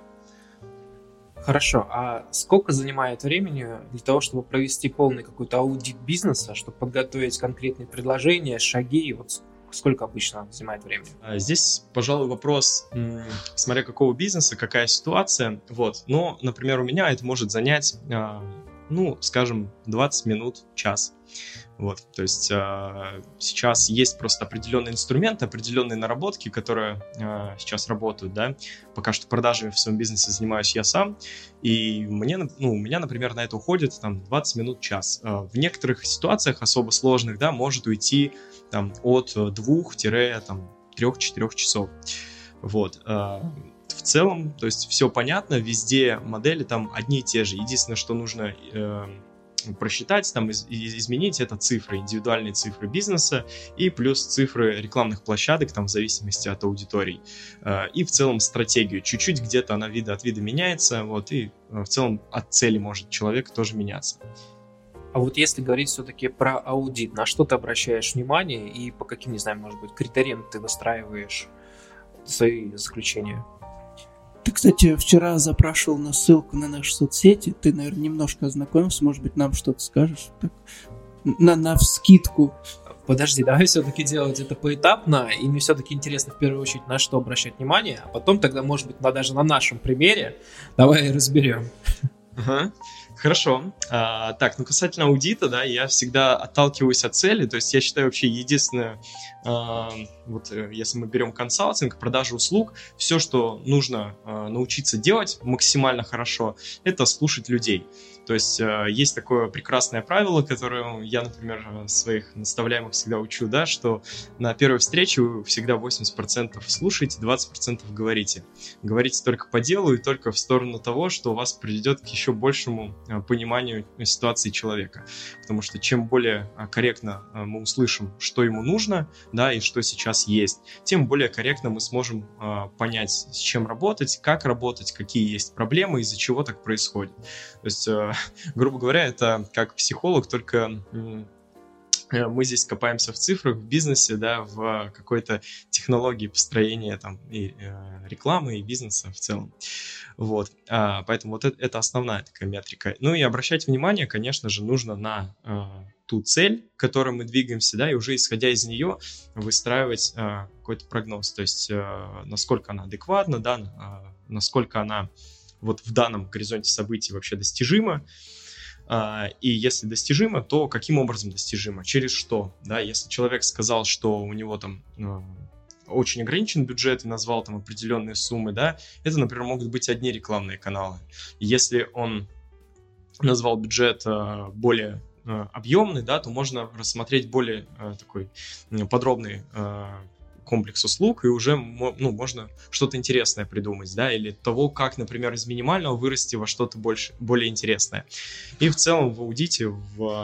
Хорошо, а сколько занимает времени для того, чтобы провести полный какой-то аудит бизнеса, чтобы подготовить конкретные предложения, шаги, вот сколько обычно занимает времени? Здесь, пожалуй, вопрос, смотря какого бизнеса, какая ситуация, вот, но, например, у меня это может занять, ну, скажем, 20 минут, час. Вот, то есть сейчас есть просто определенные инструменты, определенные наработки, которые сейчас работают, да. Пока что продажами в своем бизнесе занимаюсь я сам, и у меня, например, на это уходит там 20 минут, час. В некоторых ситуациях особо сложных, да, может уйти там от 2-3-4 часов. Вот. В целом, то есть все понятно, везде модели там одни и те же. Единственное, что нужно просчитать, там, изменить, это цифры, индивидуальные цифры бизнеса и плюс цифры рекламных площадок, там, в зависимости от аудиторий. И в целом стратегию. Чуть-чуть где-то она от вида меняется, вот, и в целом от цели может человек тоже меняться. А вот если говорить все-таки про аудит, на что ты обращаешь внимание и по каким, не знаю, может быть, критериям ты выстраиваешь свои заключения? Ты, кстати, вчера запрашивал на ссылку на наши соцсети. Ты, наверное, немножко ознакомился. Может быть, нам что-то скажешь? Так, на вскидку. Подожди, давай все-таки делать это поэтапно. И мне все-таки интересно в первую очередь, на что обращать внимание. А потом тогда, может быть, даже на нашем примере давай разберем. Ага. Хорошо. Так, ну касательно аудита, да, я всегда отталкиваюсь от цели, то есть я считаю вообще единственное, вот если мы берем консалтинг, продажу услуг, все, что нужно научиться делать максимально хорошо, это слушать людей. То есть есть такое прекрасное правило, которое я, например, своих наставляемых всегда учу, да, что на первой встрече вы всегда 80% слушаете, 20% говорите. Говорите только по делу и только в сторону того, что у вас приведет к еще большему пониманию ситуации человека. Потому что чем более корректно мы услышим, что ему нужно, да, и что сейчас есть, тем более корректно мы сможем понять, с чем работать, какие есть проблемы, из-за чего так происходит. То есть, грубо говоря, это как психолог, только мы здесь копаемся в цифрах, в бизнесе, да, в какой-то технологии построения там, и рекламы, и бизнеса в целом. Вот. Поэтому вот это основная такая метрика. Ну и обращать внимание, конечно же, нужно на ту цель, к которой мы двигаемся, да, и уже исходя из нее выстраивать какой-то прогноз. То есть насколько она адекватна, да, насколько она вот в данном горизонте событий вообще достижима. И если достижимо, то каким образом достижимо? Через что? Да, если человек сказал, что у него там очень ограничен бюджет и назвал там определенные суммы, да, это, например, могут быть одни рекламные каналы. Если он назвал бюджет более объемный, да, то можно рассмотреть более такой подробный комплекс услуг, и уже можно что-то интересное придумать, да, или того, как, например, из минимального вырасти во что-то более интересное. И в целом в аудите,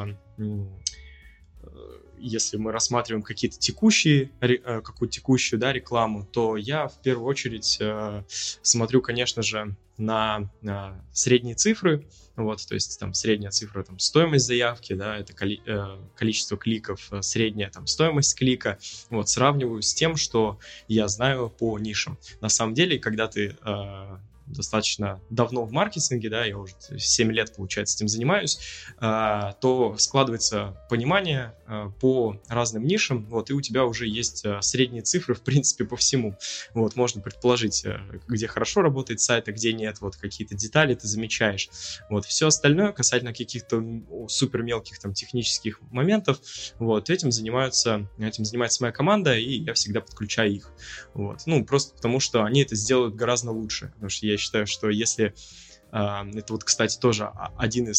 если мы рассматриваем какую-то текущую, да, рекламу, то я в первую очередь смотрю, конечно же, на средние цифры, вот, то есть там средняя цифра, там, стоимость заявки, да, это количество кликов, средняя там стоимость клика, вот, сравниваю с тем, что я знаю по нишам. На самом деле, когда ты достаточно давно в маркетинге, да, я уже 7 лет, получается, этим занимаюсь, то складывается понимание по разным нишам, вот, и у тебя уже есть средние цифры, в принципе, по всему. Вот, можно предположить, где хорошо работает сайт, а где нет, вот, какие-то детали ты замечаешь. Вот, все остальное, касательно каких-то супер мелких там технических моментов, вот, этим занимается моя команда, и я всегда подключаю их. Вот, ну, просто потому, что они это сделают гораздо лучше, потому что я считаю, что если... Это вот, кстати, тоже одна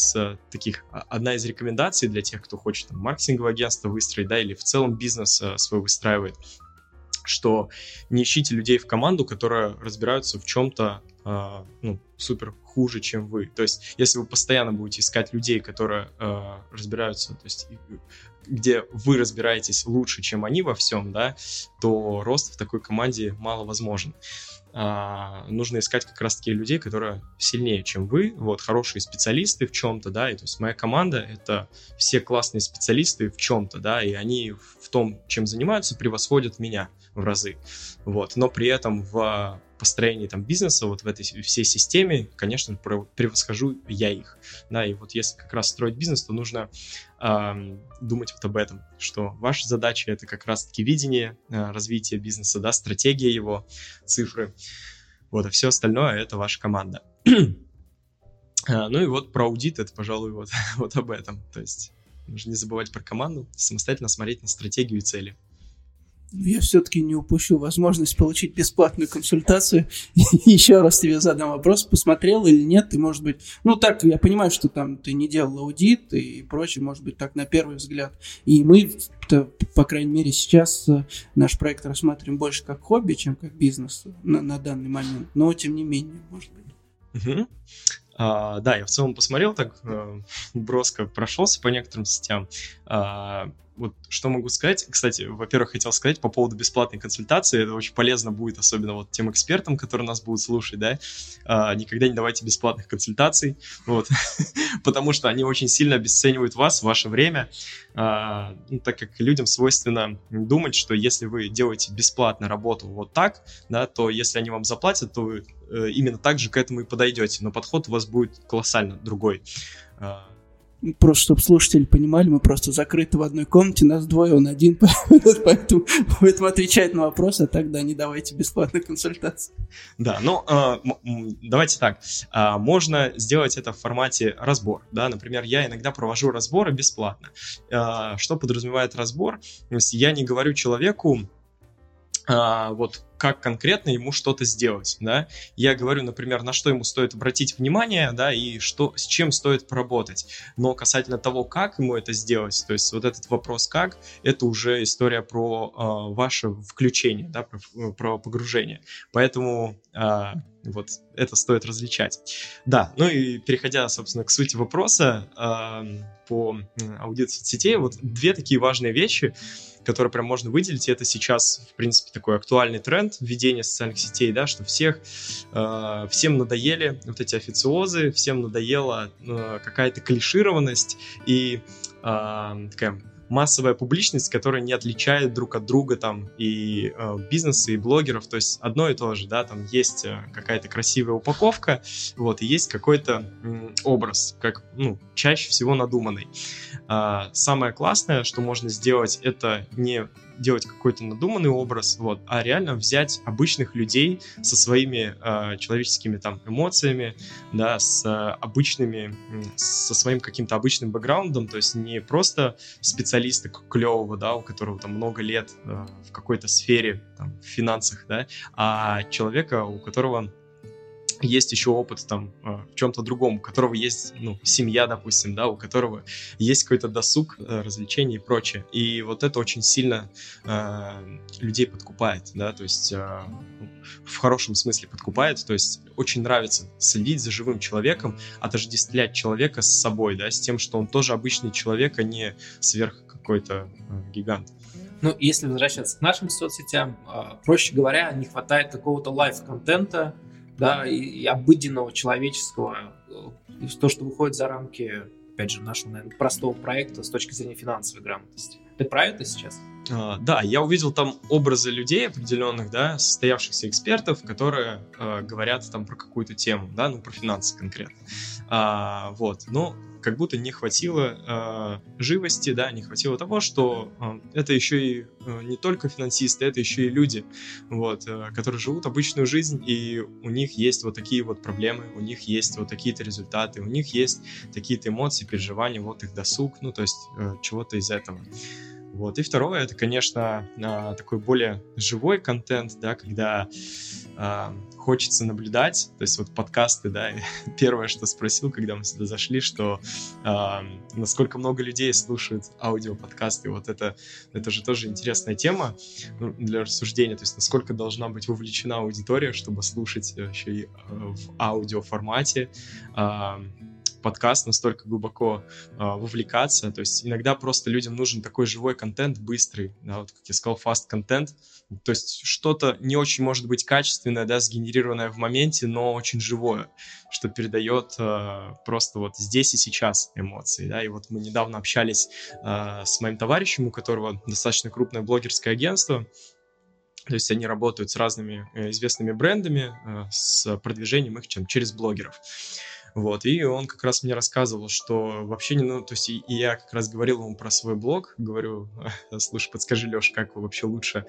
из рекомендаций для тех, кто хочет там, маркетинговое агентство выстроить, да, или в целом бизнес свой выстраивает, что не ищите людей в команду, которые разбираются в чем-то супер хуже, чем вы. То есть, если вы постоянно будете искать людей, которые разбираются, то есть где вы разбираетесь лучше, чем они во всем, да, то рост в такой команде мало возможен. Нужно искать как раз-таки людей, которые сильнее, чем вы, вот, хорошие специалисты в чем-то, да, и то есть моя команда — это все классные специалисты в чем-то, да, и они в том, чем занимаются, превосходят меня в разы, вот, но при этом в построении там бизнеса, вот в этой всей системе, конечно, превосхожу я их, да, и вот если как раз строить бизнес, то нужно думать вот об этом, что ваша задача — это как раз-таки видение развития бизнеса, да, стратегия его, цифры, вот, а все остальное — это ваша команда. Ну и вот про аудит — это, пожалуй, вот об этом, то есть нужно не забывать про команду, самостоятельно смотреть на стратегию и цели. Я все-таки не упущу возможность получить бесплатную консультацию. Еще раз тебе задам вопрос, посмотрел или нет, ты, может быть... Ну, так, я понимаю, что там ты не делал аудит и прочее, может быть, так на первый взгляд. И мы, по крайней мере, сейчас наш проект рассматриваем больше как хобби, чем как бизнес на данный момент. Но, тем не менее, может быть. Угу. Да, я в целом посмотрел, так броско прошелся по некоторым сетям. Вот что могу сказать? Кстати, во-первых, хотел сказать по поводу бесплатной консультации. Это очень полезно будет, особенно вот тем экспертам, которые нас будут слушать, да. Никогда не давайте бесплатных консультаций, вот, потому что они очень сильно обесценивают вас, ваше время, так как людям свойственно думать, что если вы делаете бесплатно работу вот так, да, то если они вам заплатят, то вы именно так же к этому и подойдете, но подход у вас будет колоссально другой. Просто, чтобы слушатели понимали, мы просто закрыты в одной комнате, нас двое, он один, поэтому отвечать на вопрос, а тогда не давайте бесплатной консультации. Да, ну, давайте так, можно сделать это в формате разбор, да, например, я иногда провожу разборы бесплатно. Что подразумевает разбор? То есть я не говорю человеку, вот как конкретно ему что-то сделать, да, я говорю, например, на что ему стоит обратить внимание, да, и с чем стоит поработать, но касательно того, как ему это сделать, то есть вот этот вопрос «как», это уже история про ваше включение, да, про погружение, поэтому вот это стоит различать. Да, ну и переходя, собственно, к сути вопроса по аудиту соцсетей, вот две такие важные вещи, которые прям можно выделить, и это сейчас, в принципе, такой актуальный тренд введения социальных сетей, да, что всем надоели вот эти официозы, всем надоела какая-то клишированность и такая массовая публичность, которая не отличает друг от друга там и бизнеса, и блогеров, то есть одно и то же, да, там есть какая-то красивая упаковка, вот, и есть какой-то образ, как, чаще всего надуманный. Самое классное, что можно сделать, это не делать какой-то надуманный образ, вот, а реально взять обычных людей со своими человеческими там эмоциями, да, со своим каким-то обычным бэкграундом, то есть не просто специалиста клевого, да, у которого там много лет в какой-то сфере, там, в финансах, да, а человека, у которого есть еще опыт там в чем-то другом, у которого есть, семья, допустим, да, у которого есть какой-то досуг, развлечения и прочее. И вот это очень сильно людей подкупает, да, то есть в хорошем смысле подкупает, то есть очень нравится следить за живым человеком, отождествлять человека с собой, да, с тем, что он тоже обычный человек, а не сверх какой-то гигант. Если возвращаться к нашим соцсетям, проще говоря, не хватает какого-то лайв-контента, да, и обыденного, человеческого, то, что выходит за рамки, опять же, нашего, наверное, простого проекта с точки зрения финансовой грамотности. Ты про это сейчас? Да, я увидел там образы людей определенных, да, состоявшихся экспертов, которые говорят там про какую-то тему, да, про финансы конкретно. Как будто не хватило живости, да, не хватило того, что это еще и не только финансисты, это еще и люди, которые живут обычную жизнь, и у них есть вот такие вот проблемы, у них есть вот такие-то результаты, у них есть такие-то эмоции, переживания, вот их досуг, то есть чего-то из этого. И второе, это, конечно, такой более живой контент, да, когда хочется наблюдать, то есть подкасты, да, первое, что спросил, когда мы сюда зашли, что насколько много людей слушают аудиоподкасты, это же тоже интересная тема для рассуждения, то есть насколько должна быть вовлечена аудитория, чтобы слушать еще и в аудиоформате, подкаст, настолько глубоко вовлекаться, то есть иногда просто людям нужен такой живой контент, быстрый, да, как я сказал, fast контент, то есть что-то не очень может быть качественное, да, сгенерированное в моменте, но очень живое, что передает просто здесь и сейчас эмоции, да, и мы недавно общались с моим товарищем, у которого достаточно крупное блогерское агентство. То есть они работают с разными известными брендами, с продвижением их через блогеров. И он как раз мне рассказывал, что вообще то есть и я как раз говорил ему про свой блог, говорю, слушай, подскажи, Леш, как вообще лучше,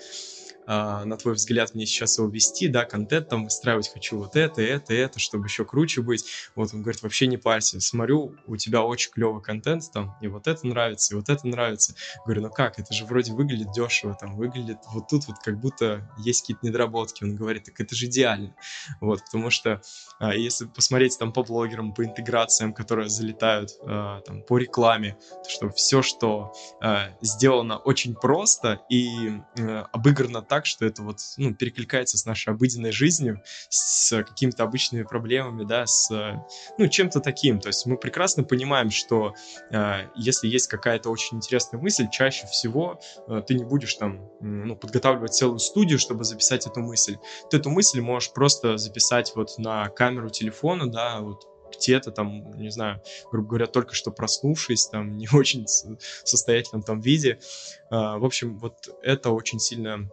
на твой взгляд, мне сейчас его вести, да, контент там выстраивать хочу это, чтобы еще круче быть. Он говорит, вообще не парься, смотрю, у тебя очень клевый контент там, и это нравится, и это нравится. Говорю, как, это же вроде выглядит дешево, там, выглядит тут как будто есть какие-то недоработки. Он говорит, так это же идеально, потому что если посмотреть там по блогерам, по интеграциям, которые залетают там по рекламе, то что все, что сделано очень просто и обыграно так, что это перекликается с нашей обыденной жизнью, с какими-то обычными проблемами, да, с чем-то таким. То есть мы прекрасно понимаем, что если есть какая-то очень интересная мысль, чаще всего ты не будешь там подготавливать целую студию, чтобы записать эту мысль. Ты эту мысль можешь просто записать на камеру телефона, да, где-то там, не знаю, грубо говоря, только что проснувшись, там, не очень состоятельном там виде. В общем, это очень сильно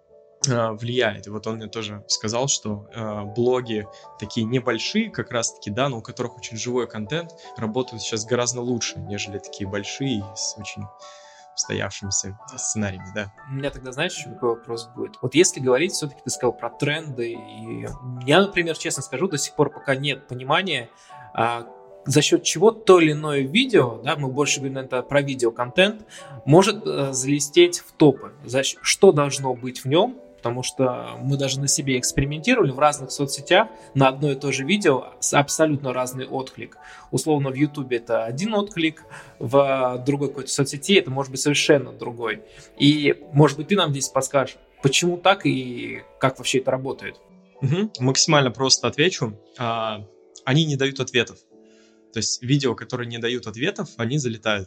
влияет. И он мне тоже сказал, что блоги такие небольшие, как раз-таки, да, но у которых очень живой контент, работают сейчас гораздо лучше, нежели такие большие с очень устоявшимися сценариями, да. У меня тогда, знаешь, еще какой вопрос будет? Если говорить, все-таки ты сказал про тренды, и я, например, честно скажу, до сих пор пока нет понимания, за счет чего то или иное видео, да, мы больше говорим, это про видеоконтент, может залететь в топы. Что должно быть в нем? Потому что мы даже на себе экспериментировали в разных соцсетях на одно и то же видео с абсолютно разный отклик. Условно в YouTube это один отклик, в другой какой-то соцсети это может быть совершенно другой. И может быть ты нам здесь подскажешь, почему так и как вообще это работает? Максимально просто отвечу. Они не дают ответов. То есть видео, которые не дают ответов, они залетают.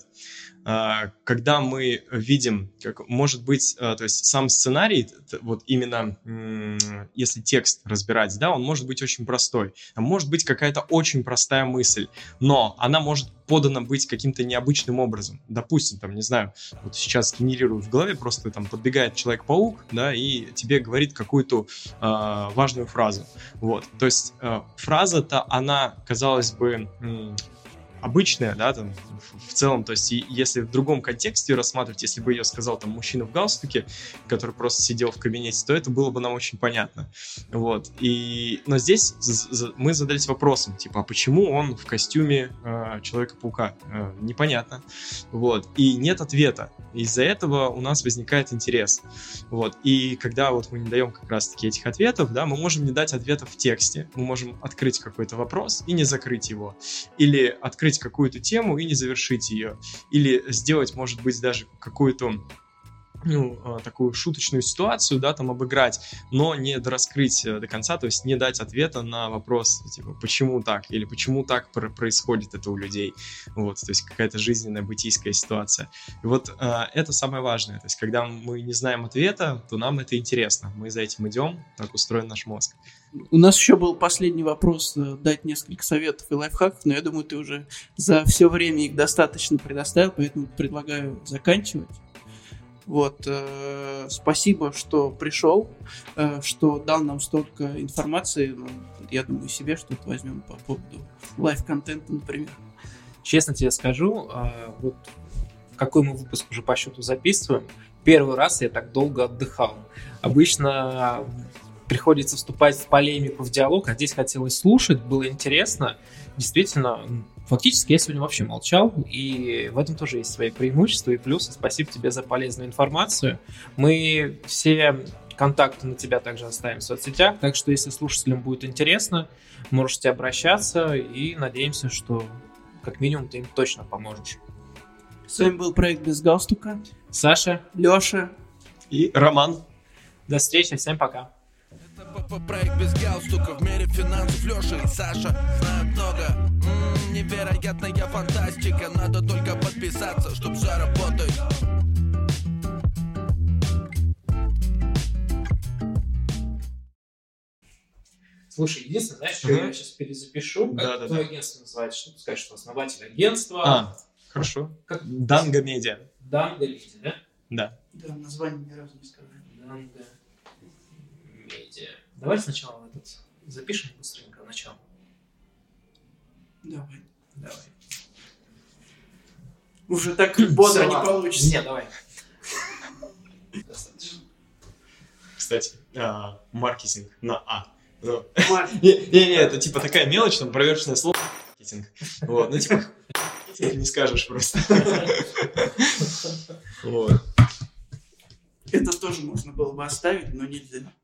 Когда мы видим, как может быть, то есть сам сценарий, именно если текст разбирать, да, он может быть очень простой. Может быть какая-то очень простая мысль, но она может подана быть каким-то необычным образом. Допустим, там, не знаю, сейчас генерирую в голове, просто там подбегает Человек-паук, да, и тебе говорит какую-то важную фразу. То есть фраза-то, она, казалось бы, обычная, да, там, в целом, то есть, если в другом контексте рассматривать, если бы ее сказал там мужчина в галстуке, который просто сидел в кабинете, то это было бы нам очень понятно, вот, но здесь мы задались вопросом, типа, а почему он в костюме Человека-паука? Непонятно, вот, и нет ответа, из-за этого у нас возникает интерес, вот, и когда вот мы не даем как раз-таки этих ответов, да, мы можем не дать ответов в тексте, мы можем открыть какой-то вопрос и не закрыть его, или открыть какую-то тему и не завершить ее, или сделать, может быть, даже какую-то такую шуточную ситуацию, да, там обыграть, но не раскрыть до конца, то есть не дать ответа на вопрос, типа, почему так, или почему так происходит это у людей, вот, то есть какая-то жизненная, бытийская ситуация. И вот это самое важное, то есть когда мы не знаем ответа, то нам это интересно, мы за этим идем, так устроен наш мозг. У нас еще был последний вопрос, дать несколько советов и лайфхаков, но я думаю, ты уже за все время их достаточно предоставил, поэтому предлагаю заканчивать. Вот, спасибо, что пришел, что дал нам столько информации. Я думаю, себе что-то возьмем по поводу лайв-контента, например. Честно тебе скажу, вот какой мы выпуск уже по счету записываем, первый раз я так долго отдыхал. Обычно приходится вступать в полемику, в диалог, а здесь хотелось слушать, было интересно. Действительно, фактически я сегодня вообще молчал, и в этом тоже есть свои преимущества и плюсы. Спасибо тебе за полезную информацию. Мы все контакты на тебя также оставим в соцсетях, так что если слушателям будет интересно, можете обращаться, и надеемся, что как минимум ты им точно поможешь. С вами был проект «Без галстука». Саша, Леша И Роман. до встречи, всем пока. Это проект без галстука. В мире финансов Леша и Саша знают много. Невероятная фантастика. Надо только подписаться, чтоб заработать. Слушай, единственное, знаешь, что я сейчас перезапишу? Как твое агентство называется? Чтобы сказать, что основатель агентства. Хорошо. Данго Медиа. Данго Медиа, да? Да. Да, название ни разу не сказали. Данго Медиа. Давай сначала запишем быстренько начало. Давай. Давай. Уже так бодро не получится. Не, давай. Достаточно. Кстати, маркетинг на А. Не, это типа такая мелочь, там проверочное слово маркетинг. Вот, ну типа маркетинг не скажешь просто. Вот. Это тоже можно было бы оставить, но нельзя.